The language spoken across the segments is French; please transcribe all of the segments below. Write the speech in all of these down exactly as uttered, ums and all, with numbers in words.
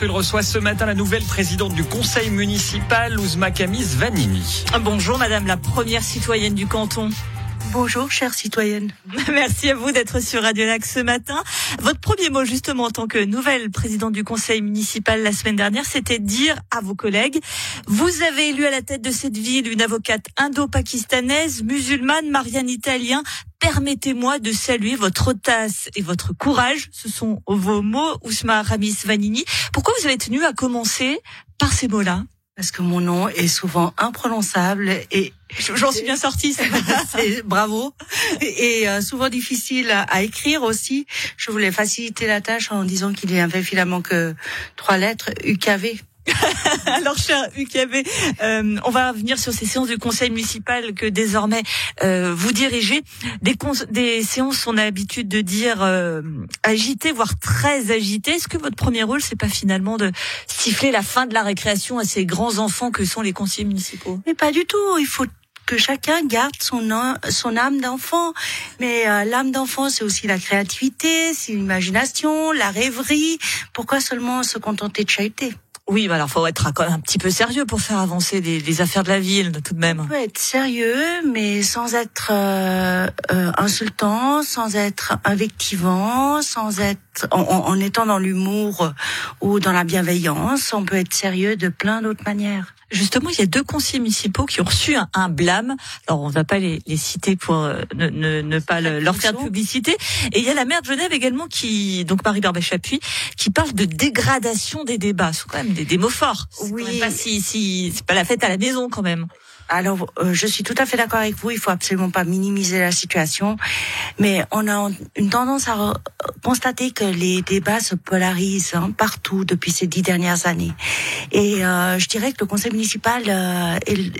Rue reçoit ce matin la nouvelle présidente du conseil municipal, Ouzma Kamis Vanini. Bonjour madame la première citoyenne du canton. Bonjour, chère citoyenne. Merci à vous d'être sur Radio Lac ce matin. Votre premier mot, justement, en tant que nouvelle présidente du conseil municipal la semaine dernière, c'était de dire à vos collègues, vous avez élu à la tête de cette ville une avocate indo-pakistanaise, musulmane, marianne italien. Permettez-moi de saluer votre audace et votre courage. Ce sont vos mots, Ouzma Kamis Vanini. Pourquoi vous avez tenu à commencer par ces mots-là? Parce que mon nom est souvent imprononçable et j'en suis bien sortie. C'est bravo. Et euh, souvent difficile à, à écrire aussi. Je voulais faciliter la tâche en disant qu'il y avait finalement que trois lettres, U K V. Alors, cher U K V, euh, on va revenir sur ces séances du conseil municipal que désormais euh, vous dirigez. Des, cons- des séances, on a l'habitude de dire euh, agitées, voire très agitées. Est-ce que votre premier rôle, c'est pas finalement de siffler la fin de la récréation à ces grands enfants que sont les conseillers municipaux? Mais pas du tout. Il faut que chacun garde son âme, son âme d'enfant. Mais euh, l'âme d'enfant, c'est aussi la créativité, c'est l'imagination, la rêverie. Pourquoi seulement se contenter de chahuter? Oui, bah alors faut être quand même un petit peu sérieux pour faire avancer les, les affaires de la ville, tout de même. On peut être sérieux, mais sans être euh, euh, insultant, sans être invectivant, sans être en, en étant dans l'humour ou dans la bienveillance. On peut être sérieux de plein d'autres manières. Justement, il y a deux conseillers municipaux qui ont reçu un, un blâme. Alors, on ne va pas les, les citer pour euh, ne, ne, ne pas le, leur faire de publicité. Et il y a la maire de Genève également qui, donc Marie Barbet-Chapuis, qui parle de dégradation des débats. Ce sont quand même des, des mots forts. C'est oui. Quand même pas si, si, c'est pas la fête à la maison quand même. Alors, euh, je suis tout à fait d'accord avec vous. Il faut absolument pas minimiser la situation, mais on a une tendance à re- constater que les débats se polarisent hein, partout depuis ces dix dernières années. Et euh, je dirais que le conseil municipal euh, est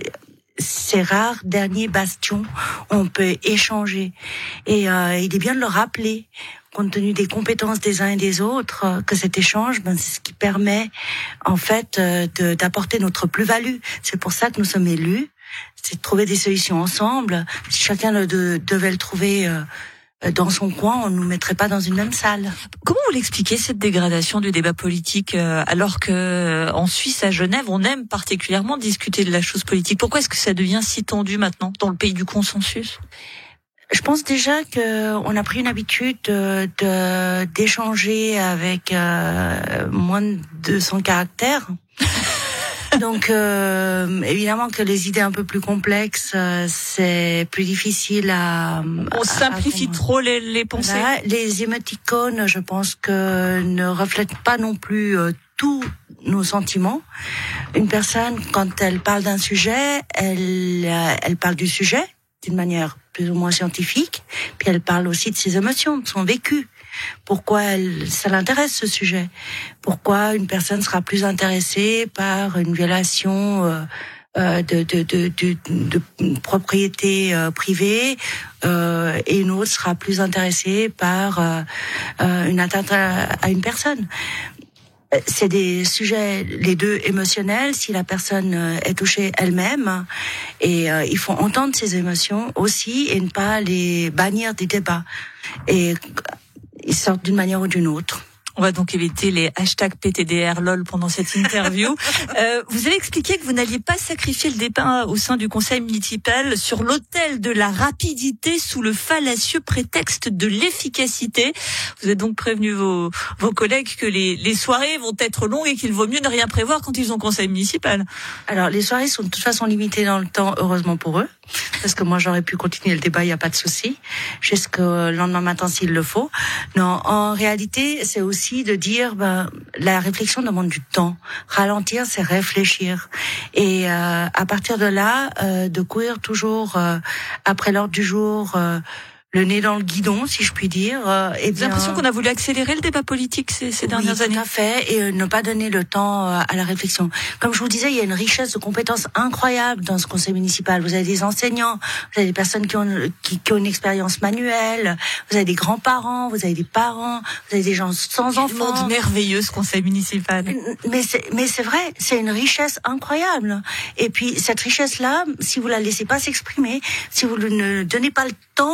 ces rares derniers bastions où on peut échanger. Et euh, il est bien de le rappeler, compte tenu des compétences des uns et des autres, euh, que cet échange, ben, c'est ce qui permet en fait euh, de, d'apporter notre plus-value. C'est pour ça que nous sommes élus. C'est de trouver des solutions ensemble. Si chacun de, devait le trouver euh, dans son coin, on ne nous mettrait pas dans une même salle. Comment vous l'expliquez, cette dégradation du débat politique, euh, alors que en Suisse, à Genève, on aime particulièrement discuter de la chose politique? Pourquoi est-ce que ça devient si tendu maintenant, dans le pays du consensus? Je pense déjà que on a pris une habitude de, de d'échanger avec euh, moins de deux cents caractères. Donc euh, évidemment que les idées un peu plus complexes, euh, c'est plus difficile à. On à, simplifie à trop les, les pensées. Voilà. Les émoticônes, je pense que ne reflètent pas non plus euh, tous nos sentiments. Une personne, quand elle parle d'un sujet, elle euh, elle parle du sujet d'une manière plus ou moins scientifique, puis elle parle aussi de ses émotions, de son vécu. Pourquoi elle, ça l'intéresse ce sujet? Pourquoi une personne sera plus intéressée par une violation euh, euh, de, de, de, de, de propriété euh, privée euh, et une autre sera plus intéressée par euh, euh, une atteinte à, à une personne? C'est des sujets, les deux émotionnels, si la personne est touchée elle-même, et euh, il faut entendre ses émotions aussi et ne pas les bannir des débats. Et ils sortent d'une manière ou d'une autre. On va donc éviter les hashtags P T D R lol pendant cette interview. euh, vous avez expliqué que vous n'alliez pas sacrifier le débat au sein du conseil municipal sur l'autel de la rapidité sous le fallacieux prétexte de l'efficacité. Vous avez donc prévenu vos, vos collègues que les, les soirées vont être longues et qu'il vaut mieux ne rien prévoir quand ils ont conseil municipal. Alors, les soirées sont de toute façon limitées dans le temps, heureusement pour eux. Parce que moi, j'aurais pu continuer le débat, il n'y a pas de souci. Jusqu'au lendemain matin s'il le faut. Non, en réalité, c'est aussi de dire, ben, la réflexion demande du temps. Ralentir, c'est réfléchir. Et euh, à partir de là, euh, de courir toujours euh, après l'ordre du jour, euh, le nez dans le guidon, si je puis dire. Euh, et J'ai l'impression qu'on a voulu accélérer le débat politique ces, ces dernières oui, années. tout à fait, et euh, ne pas donner le temps euh, à la réflexion. Comme je vous disais, il y a une richesse de compétences incroyable dans ce conseil municipal. Vous avez des enseignants, vous avez des personnes qui ont qui, qui ont une expérience manuelle, vous avez des grands-parents, vous avez des parents, vous avez des gens sans enfants. Un monde merveilleux, ce conseil municipal. Mais c'est mais c'est vrai, c'est une richesse incroyable. Et puis cette richesse-là, si vous la laissez pas s'exprimer, si vous ne donnez pas le temps à l'autre,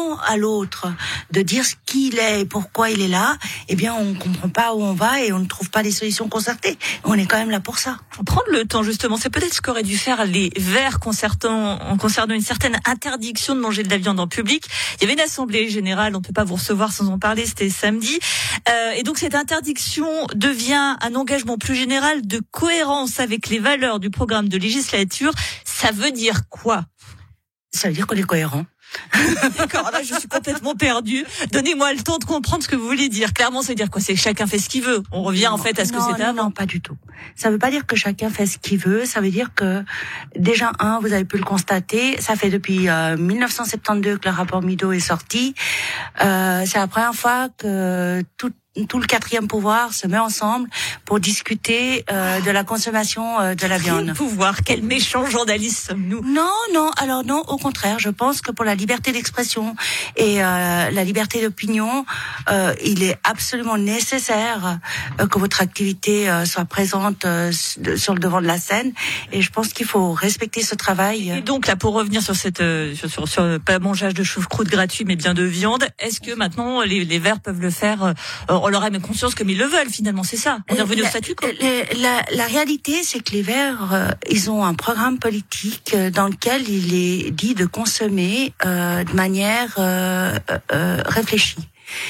l'autre, de dire ce qu'il est et pourquoi il est là, eh bien, on comprend pas où on va et on ne trouve pas les solutions concertées. On est quand même là pour ça. Prendre le temps, justement, c'est peut-être ce qu'auraient dû faire les Verts concernant, concernant une certaine interdiction de manger de la viande en public. Il y avait une assemblée générale, on ne peut pas vous recevoir sans en parler, c'était samedi. Euh, et donc cette interdiction devient un engagement plus général de cohérence avec les valeurs du programme de législature. Ça veut dire quoi? Ça veut dire qu'on est cohérent. D'accord, là je suis complètement perdue. Donnez-moi le temps de comprendre ce que vous voulez dire. Clairement, ça veut dire quoi? C'est que chacun fait ce qu'il veut. On revient non, en fait à ce non, que c'était non, avant. Non, pas du tout. Ça veut pas dire que chacun fait ce qu'il veut. Ça veut dire que déjà un, vous avez pu le constater, ça fait depuis euh, mille neuf cent soixante-douze que le rapport Mido est sorti. Euh, c'est la première fois que tout tout le quatrième pouvoir se met ensemble pour discuter euh, de la consommation euh, de la viande. Quel pouvoir, quel méchant journaliste sommes-nous? Non, non, alors non, au contraire, je pense que pour la liberté d'expression et euh, la liberté d'opinion, euh, il est absolument nécessaire euh, que votre activité euh, soit présente euh, sur le devant de la scène, et je pense qu'il faut respecter ce travail. Et donc là, pour revenir sur cette euh, sur, sur, sur pas mangeage de choucroute gratuit, mais bien de viande, est-ce que maintenant les, les Verts peuvent le faire euh, on leur a mis conscience comme ils le veulent, finalement, c'est ça. On est revenu au statut quo. La, la, la réalité, c'est que les Verts, euh, ils ont un programme politique euh, dans lequel il est dit de consommer euh, de manière euh, euh, réfléchie.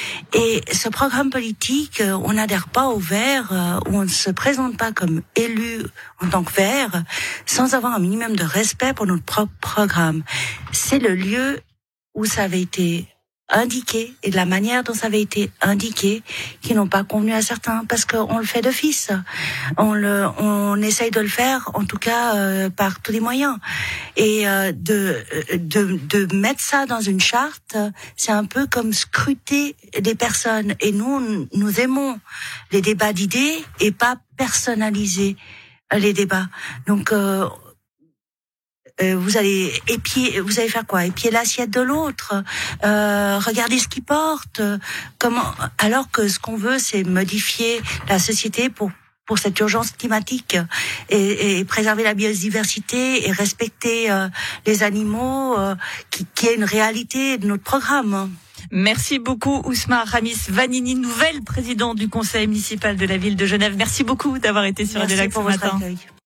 Et ce programme politique, euh, on n'adhère pas aux Verts, euh, on ne se présente pas comme élu en tant que Vert, sans avoir un minimum de respect pour notre propre programme. C'est le lieu où ça avait été indiqué et de la manière dont ça avait été indiqué qui n'ont pas convenu à certains, parce qu'on le fait d'office, on le on essaye de le faire en tout cas euh, par tous les moyens, et euh, de de de mettre ça dans une charte, c'est un peu comme scruter des personnes, et nous nous aimons les débats d'idées et pas personnaliser les débats. Donc euh, Euh, vous allez épier, vous allez faire quoi? Épier l'assiette de l'autre, euh, regarder ce qu'il porte. Comment? Alors que ce qu'on veut, c'est modifier la société pour pour cette urgence climatique et, et préserver la biodiversité et respecter euh, les animaux, euh, qui, qui est une réalité de notre programme. Merci beaucoup Ousma Ramis Vanini, nouvelle présidente du conseil municipal de la ville de Genève. Merci beaucoup d'avoir été sur Radio Lac ce matin. Accueil.